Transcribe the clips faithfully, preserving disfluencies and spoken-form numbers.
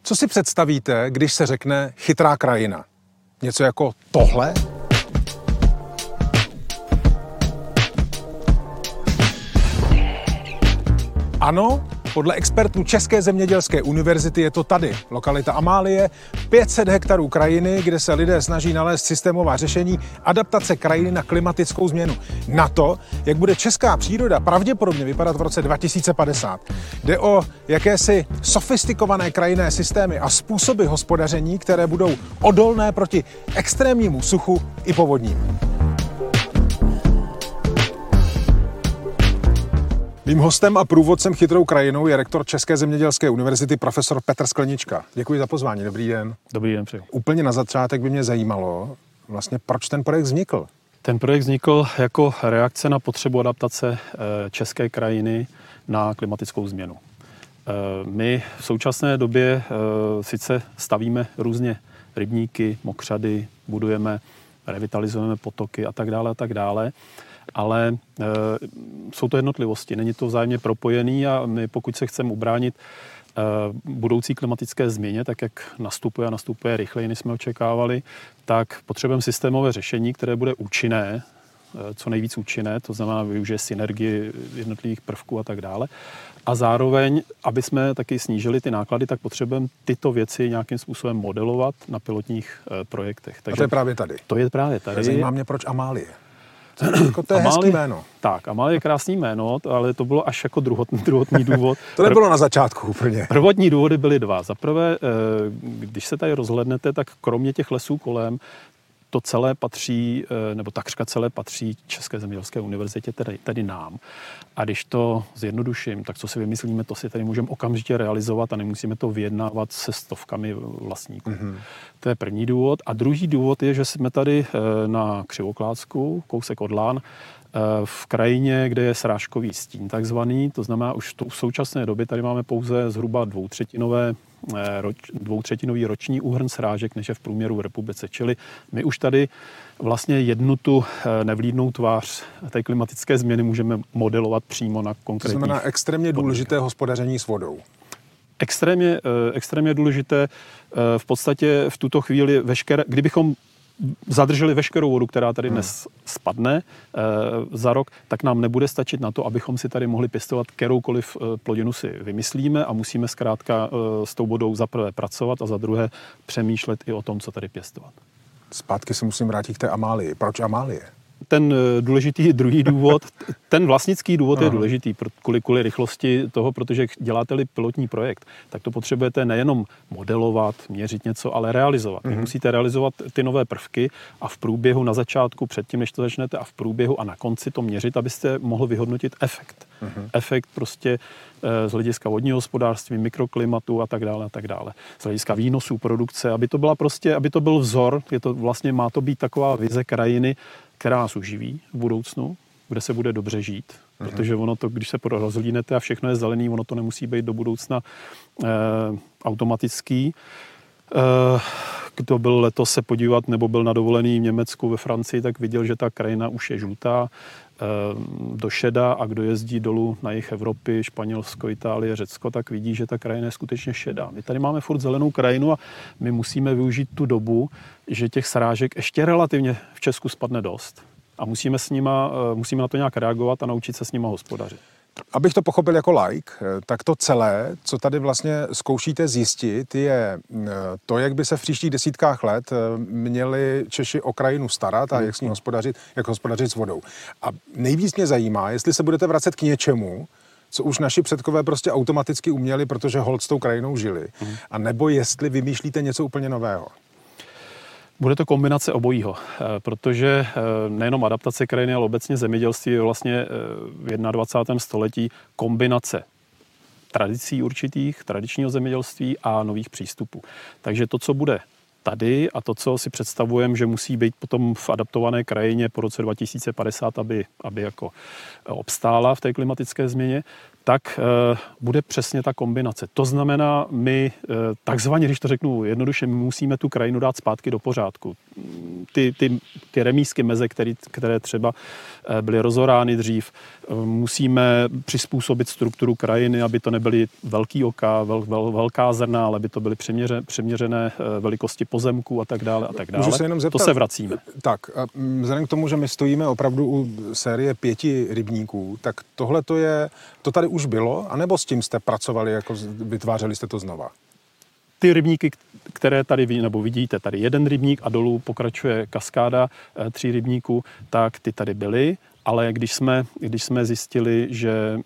Co si představíte, když se řekne chytrá krajina? Něco jako tohle? Ano, podle expertů České zemědělské univerzity je to tady, lokalita Amálie, pět set hektarů krajiny, kde se lidé snaží nalézt systémová řešení adaptace krajiny na klimatickou změnu. Na to, jak bude česká příroda pravděpodobně vypadat v roce dva tisíce padesát. Jde o jakési sofistikované krajinné systémy a způsoby hospodaření, které budou odolné proti extrémnímu suchu i povodním. Mým hostem a průvodcem chytrou krajinou je rektor České zemědělské univerzity profesor Petr Sklenička. Děkuji za pozvání, dobrý den. Dobrý den, přeji. Úplně na začátek by mě zajímalo, vlastně proč ten projekt vznikl? Ten projekt vznikl jako reakce na potřebu adaptace české krajiny na klimatickou změnu. My v současné době sice stavíme různě rybníky, mokřady, budujeme, revitalizujeme potoky a tak dále a tak dále, ale e, jsou to jednotlivosti, není to vzájemně propojený a my, pokud se chceme ubránit e, budoucí klimatické změně, tak jak nastupuje a nastupuje rychleji, než jsme očekávali, tak potřebujeme systémové řešení, které bude účinné, e, co nejvíc účinné, to znamená využije synergii jednotlivých prvků a tak dále. A zároveň, aby jsme taky snížili ty náklady, tak potřebujeme tyto věci nějakým způsobem modelovat na pilotních e, projektech. Takže a to je právě tady? To je právě tady. Zajímá mě, proč Amálie? Jako to je Amálie, hezký jméno. Tak, Amálie je krásný jméno, ale to bylo až jako druhotný, druhotný důvod. To nebylo na začátku úplně. Prvotní důvody byly dva. Za prvé, když se tady rozhlednete, tak kromě těch lesů kolem, to celé patří, nebo takřka celé patří České zemědělské univerzitě, tedy, tedy nám. A když to zjednoduším, tak co si vymyslíme, to si tady můžeme okamžitě realizovat a nemusíme to vyjednávat se stovkami vlastníků. Mm-hmm. To je první důvod. A druhý důvod je, že jsme tady na Křivoklátsku, kousek od Lán, v krajině, kde je srážkový stín takzvaný, to znamená už v současné době tady máme pouze zhruba dvoutřetinové roč, dvoutřetinový roční úhrn srážek, než je v průměru v republice. Čili my už tady vlastně jednu tu nevlídnou tvář té klimatické změny můžeme modelovat přímo na konkrétních. To znamená extrémně důležité hospodaření s vodou. Extrémně, extrémně důležité v podstatě v tuto chvíli veškeré, kdybychom zadrželi veškerou vodu, která tady dnes hmm. spadne e, za rok, tak nám nebude stačit na to, abychom si tady mohli pěstovat kteroukoliv e, plodinu si vymyslíme a musíme zkrátka e, s tou vodou za prvé pracovat a za druhé přemýšlet i o tom, co tady pěstovat. Zpátky se musím vrátit k té Amálii. Proč Amálie? Ten důležitý druhý důvod, ten vlastnický důvod je důležitý kvůli, kvůli rychlosti toho, protože děláte-li pilotní projekt, tak to potřebujete nejenom modelovat, měřit něco, ale realizovat. Vy musíte realizovat ty nové prvky a v průběhu na začátku, předtím, než to začnete, a v průběhu a na konci to měřit, abyste mohl vyhodnotit efekt. Uh-huh. Efekt prostě z hlediska vodního hospodářství, mikroklimatu a tak dále a tak dále. Z hlediska výnosů, produkce, aby to byla prostě, aby to byl vzor, je to vlastně, má to být taková vize krajiny, která nás uživí v budoucnu, kde se bude dobře žít, uh-huh. protože ono to, když se rozhlídnete a všechno je zelený, ono to nemusí být do budoucna eh, automatický. Eh, kdo byl letos se podívat, nebo byl na dovolený v Německu, ve Francii, tak viděl, že ta krajina už je žlutá, eh, do šeda, a kdo jezdí dolů na jih Evropy, Španělsko, Itálie, Řecko, tak vidí, že ta krajina je skutečně šedá. My tady máme furt zelenou krajinu a my musíme využít tu dobu, že těch srážek ještě relativně v Česku spadne dost. A musíme, s nima, musíme na to nějak reagovat a naučit se s nima hospodařit. Abych to pochopil jako laik, tak to celé, co tady vlastně zkoušíte zjistit, je to, jak by se v příštích desítkách let měli Češi o krajinu starat a jak s ní hospodařit, jak hospodařit s vodou. A nejvíc mě zajímá, jestli se budete vracet k něčemu, co už naši předkové prostě automaticky uměli, protože holt s tou krajinou žili, a nebo jestli vymýšlíte něco úplně nového. Bude to kombinace obojího, protože nejenom adaptace krajiny, ale obecně zemědělství je vlastně v dvacátém prvním století kombinace tradicí určitých, tradičního zemědělství a nových přístupů. Takže to, co bude tady a to, co si představujeme, že musí být potom v adaptované krajině po roce dva tisíce padesát, aby, aby jako obstála v té klimatické změně, tak e, bude přesně ta kombinace. To znamená, my e, takzvaně, když to řeknu jednoduše, my musíme tu krajinu dát zpátky do pořádku. Ty, ty, ty remízky meze, které, které třeba e, byly rozorány dřív, e, musíme přizpůsobit strukturu krajiny, aby to nebyly velký oka, vel, vel, velká zrna, ale aby to byly přiměře, přiměřené e, velikosti pozemků a tak dále a tak dále. Se jenom zeptat, to se vracíme. Tak, a vzhledem k tomu, že my stojíme opravdu u série pěti rybníků, tak tohle to je, to tady už bylo, anebo s tím jste pracovali, jako vytvářeli jste to znova? Ty rybníky, které tady nebo vidíte, tady jeden rybník a dolů pokračuje kaskáda e, tří rybníků, tak ty tady byly. Ale když jsme, když jsme zjistili, že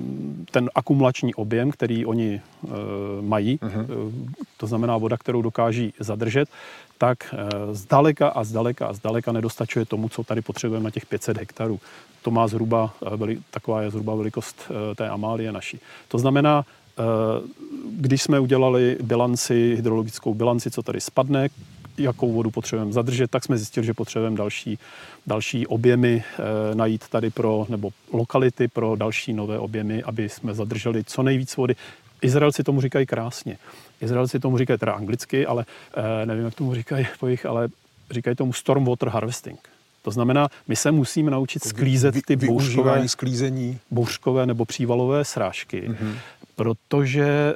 ten akumulační objem, který oni e, mají, uh-huh. e, to znamená voda, kterou dokáží zadržet, tak e, zdaleka a zdaleka a zdaleka nedostačuje tomu, co tady potřebujeme na těch pět set hektarů. To má zhruba, veli, taková je zhruba velikost e, té Amálie naší. To znamená, e, když jsme udělali bilanci, hydrologickou bilanci, co tady spadne, jakou vodu potřebujeme zadržet, tak jsme zjistili, že potřebujeme další, další objemy e, najít tady pro, nebo lokality pro další nové objemy, aby jsme zadrželi co nejvíc vody. Izraelci tomu říkají krásně. Izraelci tomu říkají teda anglicky, ale e, nevím, jak tomu říkají po jich, ale říkají tomu stormwater harvesting. To znamená, my se musíme naučit sklízet ty bouřkové, sklízení. bouřkové nebo přívalové srážky, mm-hmm. protože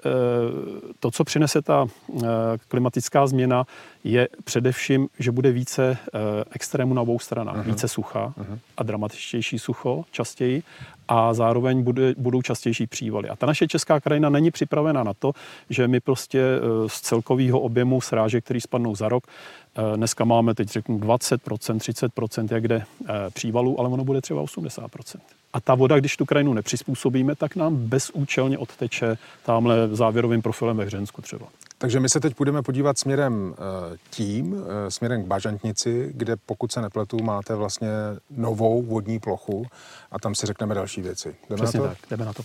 to, co přinese ta klimatická změna, je především, že bude více extrému na obou stranách. Uh-huh. Více sucha uh-huh. a dramatičtější sucho častěji a zároveň bude, budou častější přívaly. A ta naše česká krajina není připravena na to, že my prostě z celkového objemu srážek, který spadnou za rok, dneska máme, teď řeknu, dvacet procent, třicet procent, jak jde přívalů, ale ono bude třeba osmdesát procent. A ta voda, když tu krajinu nepřizpůsobíme, tak nám bezúčelně odteče tamhle závěrovým profilem ve Hřensku třeba. Takže my se teď budeme podívat směrem tím, směrem k Bažantnici, kde, pokud se nepletu, máte vlastně novou vodní plochu a tam si řekneme další věci. Jdeme Přesně na to? tak, jdeme na to.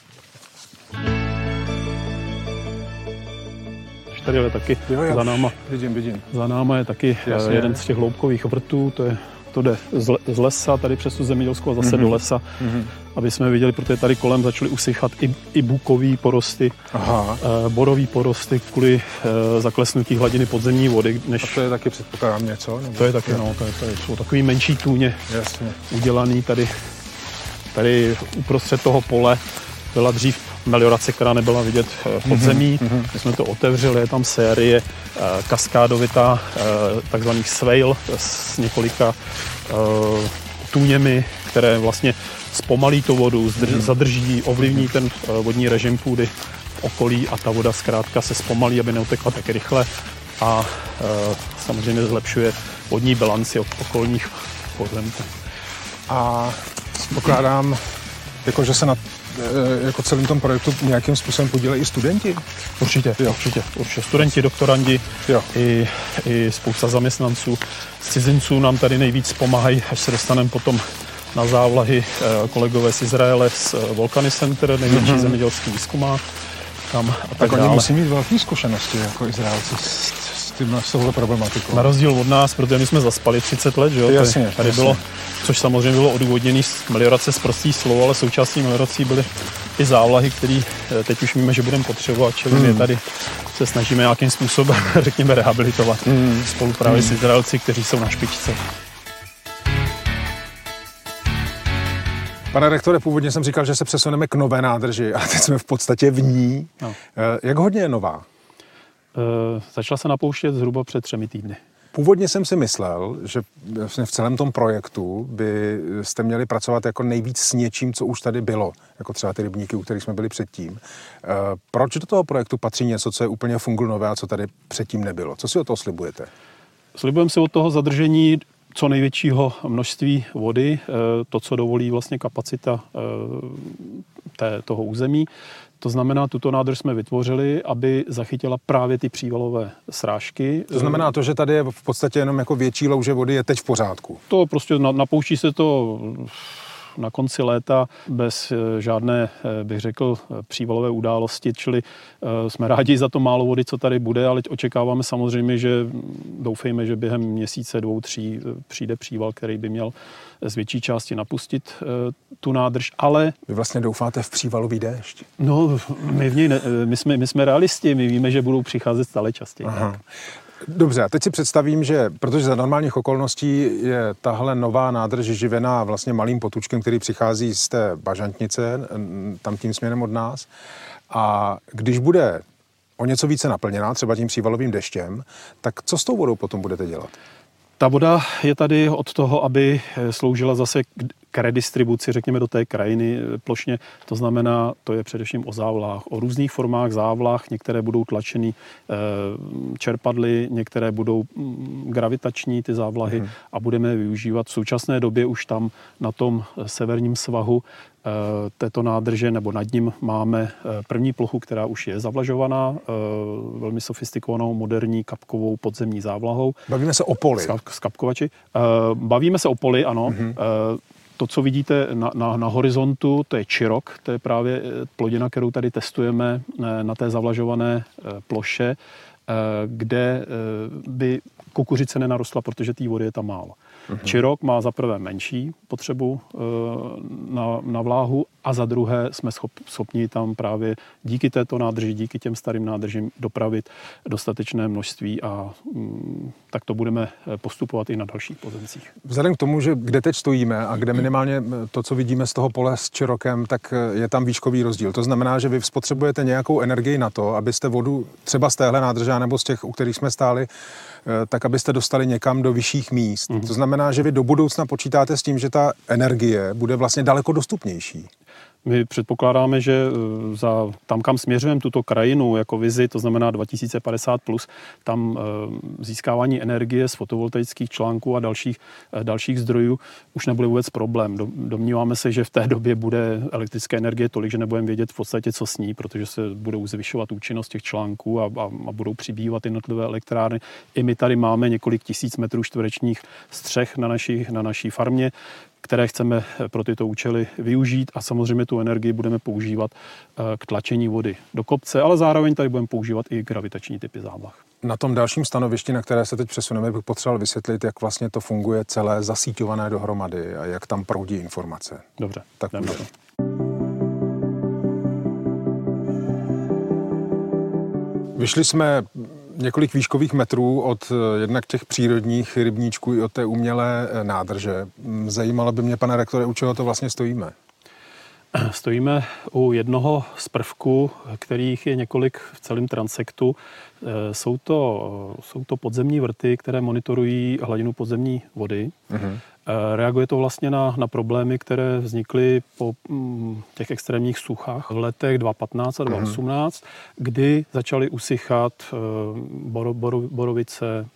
Tady je taky jo, jo, za náma. Vidím, vidím. Za náma je taky Jasně. jeden z těch hloubkových vrtů, to je to jde z lesa tady přes tu zemědělskou a zase mm-hmm. do lesa, mm-hmm. aby jsme viděli, protože tady kolem začaly usychat i, i bukový porosty, Aha. E, borový porosty kvůli e, zaklesnutí hladiny podzemní vody. Než... A to je taky, předpokládám, něco? Nebo... To je taky, no, to, je, to je, jsou takový menší tůně Jasně. udělaný tady, tady uprostřed toho pole. Byla dřív meliorace, která nebyla vidět pod zemí. Mm-hmm. My jsme to otevřeli, je tam série eh, kaskádovitá, eh, takzvaných swale s několika eh, tůněmi, které vlastně zpomalí tu vodu, zdrž, mm-hmm. zadrží, ovlivní ten eh, vodní režim půdy v okolí a ta voda zkrátka se zpomalí, aby neutekla tak rychle a eh, samozřejmě zlepšuje vodní bilanci od okolních pozemků. A pokládám, jako že se na jako celým tom projektu nějakým způsobem podílejí i studenti? Určitě, jo. určitě, určitě. Studenti, doktorandi, jo. I, i spousta zaměstnanců. Z cizinců nám tady nejvíc pomáhají, až se dostaneme potom na závlahy kolegové z Izraele, z Volcanic Center, největší mm-hmm. zemědělský výzkumák. Tam a tak, tak dále. Oni musí mít velké zkušenosti jako Izraelci s, s, tím, s touhle problematikou. Na rozdíl od nás, protože my jsme zaspali třicet let, že jo? Jasně, tady jasně. bylo, což samozřejmě bylo odůvodněné z meliorace z prostých slov, ale součástí meliorací byly i závlahy, které teď už víme, že budeme potřebovat, čili hmm. my tady se snažíme nějakým způsobem, řekněme, rehabilitovat hmm. spolupráci hmm. s Izraelci, kteří jsou na špičce. Pane rektore, původně jsem říkal, že se přesuneme k nové nádrži, a teď jsme v podstatě v ní. No. Jak hodně je nová? E, začala se napouštět zhruba před třemi týdny. Původně jsem si myslel, že v celém tom projektu byste měli pracovat jako nejvíc s něčím, co už tady bylo, jako třeba ty rybníky, u kterých jsme byli předtím. Proč do toho projektu patří něco, co je úplně funglnové a co tady předtím nebylo? Co si od toho slibujete? Slibujeme si od toho zadržení co největšího množství vody, to, co dovolí vlastně kapacita té, toho území. To znamená, tuto nádrž jsme vytvořili, aby zachytila právě ty přívalové srážky. To znamená to, že tady je v podstatě jenom jako větší louže vody, je teď v pořádku? To prostě napouští se to na konci léta bez žádné, bych řekl, přívalové události, čili jsme rádi za to málo vody, co tady bude, ale očekáváme samozřejmě, že doufejme, že během měsíce, dvou, tří přijde příval, který by měl z větší části napustit tu nádrž, ale... Vy vlastně doufáte v přívalový déšť? No, my v něj ne, my jsme, my jsme realisti, my víme, že budou přicházet stále častěji. Dobře, a teď si představím, že, protože za normálních okolností je tahle nová nádrž živená vlastně malým potůčkem, který přichází z té bažantnice, tam tím směrem od nás, a když bude o něco více naplněná, třeba tím přívalovým deštěm, tak co s tou vodou potom budete dělat? Ta voda je tady od toho, aby sloužila zase k redistribuci, řekněme, do té krajiny plošně. To znamená, to je především o závlách, o různých formách závlah. Některé budou tlačený čerpadly, některé budou gravitační ty závlahy hmm. a budeme je využívat. V současné době už tam na tom severním svahu této nádrže nebo nad ním máme první plochu, která už je zavlažovaná, velmi sofistikovanou, moderní kapkovou podzemní závlahou. Bavíme se o poli. S kapkovači. Bavíme se o poli, ano. Mm-hmm. To, co vidíte na, na, na horizontu, to je čirok, to je právě plodina, kterou tady testujeme na té zavlažované ploše, kde by kukuřice nenarostla, protože té vody je tam málo. Uhum. Čirok má za prvé menší potřebu na, na vláhu a za druhé jsme schop, schopni tam právě díky této nádrži, díky těm starým nádržím dopravit dostatečné množství a mm, tak to budeme postupovat i na dalších pozemcích. Vzhledem k tomu, že kde teď stojíme a kde minimálně to, co vidíme z toho pole s Čirokem, tak je tam výškový rozdíl. To znamená, že vy spotřebujete nějakou energii na to, abyste vodu třeba z téhle nádrže nebo z těch, u kterých jsme stáli, tak abyste dostali někam do vyšších míst. Mm. To znamená, že vy do budoucna počítáte s tím, že ta energie bude vlastně daleko dostupnější. My předpokládáme, že za, tam, kam směřujeme tuto krajinu jako vizi, to znamená dva tisíce padesát plus, tam získávání energie z fotovoltaických článků a dalších, dalších zdrojů už nebude vůbec problém. Domníváme se, že v té době bude elektrické energie tolik, že nebudeme vědět v podstatě, co s ní, protože se budou zvyšovat účinnost těch článků a, a, a budou přibývat jednotlivé elektrárny. I my tady máme několik tisíc metrů čtverečních střech na naší, na naší farmě, které chceme pro tyto účely využít a samozřejmě tu energii budeme používat k tlačení vody do kopce, ale zároveň tady budeme používat i gravitační typy závlah. Na tom dalším stanovišti, na které se teď přesuneme, bych potřeboval vysvětlit, jak vlastně to funguje celé zasíťované dohromady a jak tam proudí informace. Dobře. Tak půjde. Vyšli jsme několik výškových metrů od jednak těch přírodních rybníčků i od té umělé nádrže. Zajímalo by mě, pane rektore, u čeho to vlastně stojíme? Stojíme u jednoho z prvků, kterých je několik v celém transektu. Jsou to, jsou to podzemní vrty, které monitorují hladinu podzemní vody. Uh-huh. Reaguje to vlastně na, na problémy, které vznikly po mm, těch extrémních suchách v letech dva tisíce patnáct a dva tisíce osmnáct, uh-huh. kdy začaly usychat boro, boro, borovice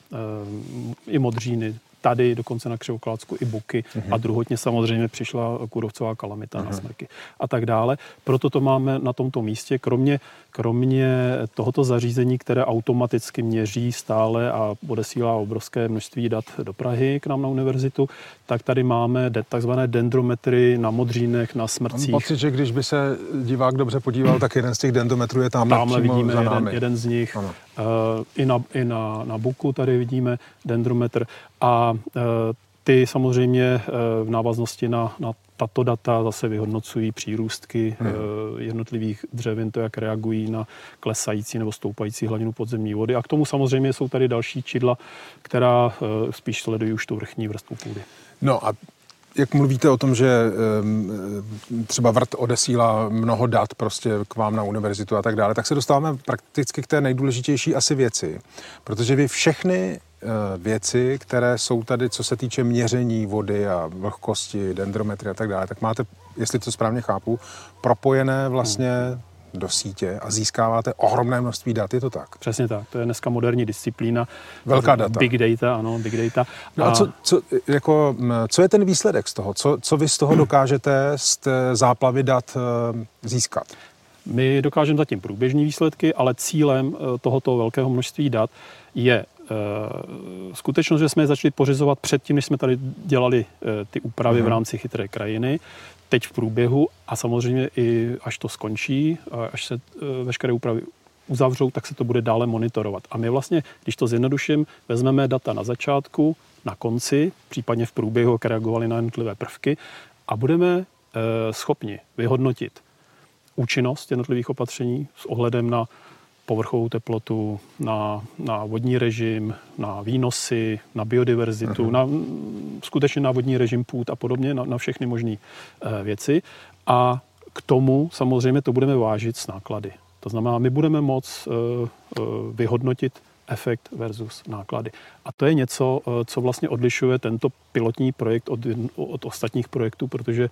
i modříny. Tady dokonce na Křivoklátsko i buky uh-huh. a druhotně samozřejmě přišla kůrovcová kalamita uh-huh. na smrky a tak dále. Proto to máme na tomto místě, kromě, kromě tohoto zařízení, které automaticky měří stále a odesílá obrovské množství dat do Prahy k nám na univerzitu, tak tady máme de, takzvané dendrometry na modřínech, na smrcích. Mám pocit, že když by se divák dobře podíval, tak jeden z těch dendrometrů je tamhle, tamhle přímo vidíme za jeden, námi. jeden z nich. Uh, I, na, i na, na buku tady vidíme dendrometr. A uh, ty samozřejmě uh, v návaznosti na, na tato data zase vyhodnocují přírůstky hmm. uh, jednotlivých dřevin, to, jak reagují na klesající nebo stoupající hladinu podzemní vody. A k tomu samozřejmě jsou tady další čidla, která uh, spíš sledují už tu vrchní vrstvu půdy. No a jak mluvíte o tom, že třeba vrt odesílá mnoho dat prostě k vám na univerzitu a tak dále, tak se dostáváme prakticky k té nejdůležitější asi věci. Protože vy všechny věci, které jsou tady, co se týče měření vody a vlhkosti, dendrometry a tak dále, tak máte, jestli to správně chápu, propojené vlastně do sítě a získáváte ohromné množství dat, je to tak? Přesně tak, to je dneska moderní disciplína. Velká data. Big data, ano, big data. No a, a co, co, jako, co je ten výsledek z toho? Co, co vy z toho dokážete z té záplavy dat získat? My dokážeme zatím průběžní výsledky, ale cílem tohoto velkého množství dat je skutečnost, že jsme je začali pořizovat předtím, než jsme tady dělali ty úpravy v rámci chytré krajiny, teď v průběhu a samozřejmě i až to skončí, až se veškeré úpravy uzavřou, tak se to bude dále monitorovat. A my vlastně, když to zjednoduším, vezmeme data na začátku, na konci, případně v průběhu, jak reagovali na jednotlivé prvky a budeme schopni vyhodnotit účinnost jednotlivých opatření s ohledem na povrchovou teplotu, na, na vodní režim, na výnosy, na biodiverzitu, uh-huh. na, skutečně na vodní režim půd a podobně, na, na všechny možné e, věci. A k tomu samozřejmě to budeme vážit s náklady. To znamená, my budeme moct e, e, vyhodnotit efekt versus náklady. A to je něco, co vlastně odlišuje tento pilotní projekt od, od ostatních projektů, protože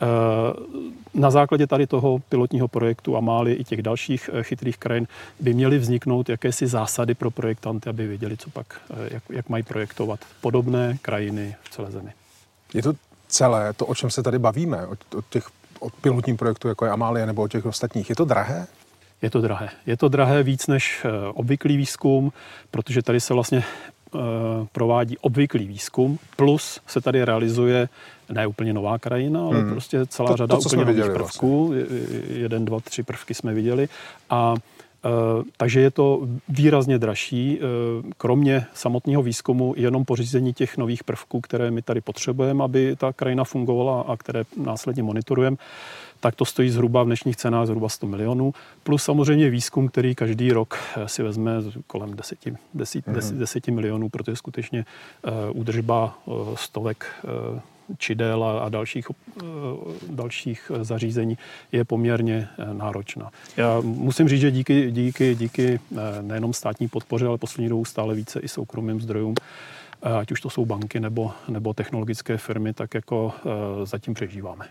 na základě tady toho pilotního projektu Amálie i těch dalších chytrých krajin by měly vzniknout jakési zásady pro projektanty, aby věděli, co pak, jak, jak mají projektovat podobné krajiny v celé zemi. Je to celé to, o čem se tady bavíme, od, od těch od pilotních projektů, jako je Amálie nebo od těch ostatních, je to drahé? Je to drahé. Je to drahé víc než obvyklý výzkum, protože tady se vlastně e, provádí obvyklý výzkum, plus se tady realizuje ne úplně nová krajina, ale hmm. prostě celá to, řada to, úplně nových prvků. Vlastně. Jeden, dva, tři prvky jsme viděli. A e, takže je to výrazně dražší. E, kromě samotného výzkumu jenom pořízení těch nových prvků, které my tady potřebujeme, aby ta krajina fungovala a které následně monitorujeme, tak to stojí zhruba v dnešních cenách zhruba sto milionů. Plus samozřejmě výzkum, který každý rok si vezme kolem deset milionů, protože skutečně uh, údržba uh, stovek uh, čidel a dalších, uh, dalších zařízení je poměrně uh, náročná. Já musím říct, že díky, díky, díky uh, nejenom státní podpoře, ale poslední dobou stále více i soukromým zdrojům, uh, ať už to jsou banky nebo, nebo technologické firmy, tak jako uh, zatím přežíváme.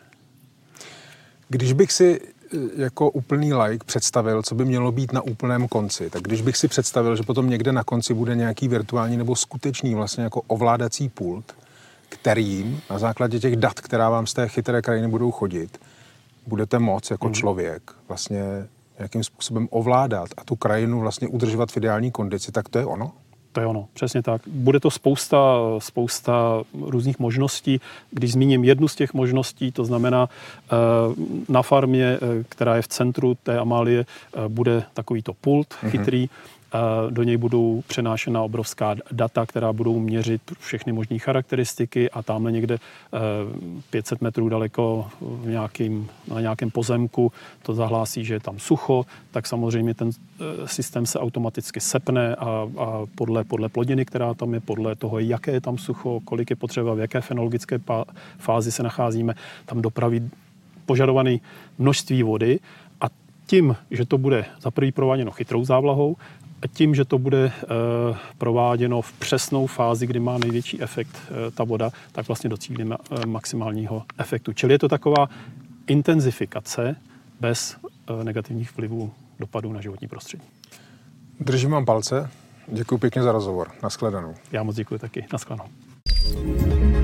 Když bych si jako úplný laik představil, co by mělo být na úplném konci, tak když bych si představil, že potom někde na konci bude nějaký virtuální nebo skutečný vlastně jako ovládací pult, kterým na základě těch dat, která vám z té chytré krajiny budou chodit, budete moct jako mm. člověk vlastně nějakým způsobem ovládat a tu krajinu vlastně udržovat v ideální kondici, tak to je ono? To je ono, přesně tak. Bude to spousta, spousta různých možností. Když zmíním jednu z těch možností, to znamená na farmě, která je v centru té Amálie, bude takovýto pult mm-hmm. chytrý. Do něj budou přenášena obrovská data, která budou měřit všechny možné charakteristiky a tamhle někde pět set metrů daleko v nějakým, na nějakém pozemku to zahlásí, že je tam sucho, tak samozřejmě ten systém se automaticky sepne a, a podle, podle plodiny, která tam je, podle toho, jaké je tam sucho, kolik je potřeba, v jaké fenologické fázi se nacházíme, tam dopraví požadované množství vody a tím, že to bude za prvý prováděno chytrou závlahou, a tím, že to bude e, prováděno v přesnou fázi, kdy má největší efekt e, ta voda, tak vlastně docílíme e, maximálního efektu. Čili je to taková intenzifikace bez e, negativních vlivů dopadů na životní prostředí. Držím vám palce. Děkuji pěkně za rozhovor. Nashledanou. Já moc děkuji taky. Nashledanou.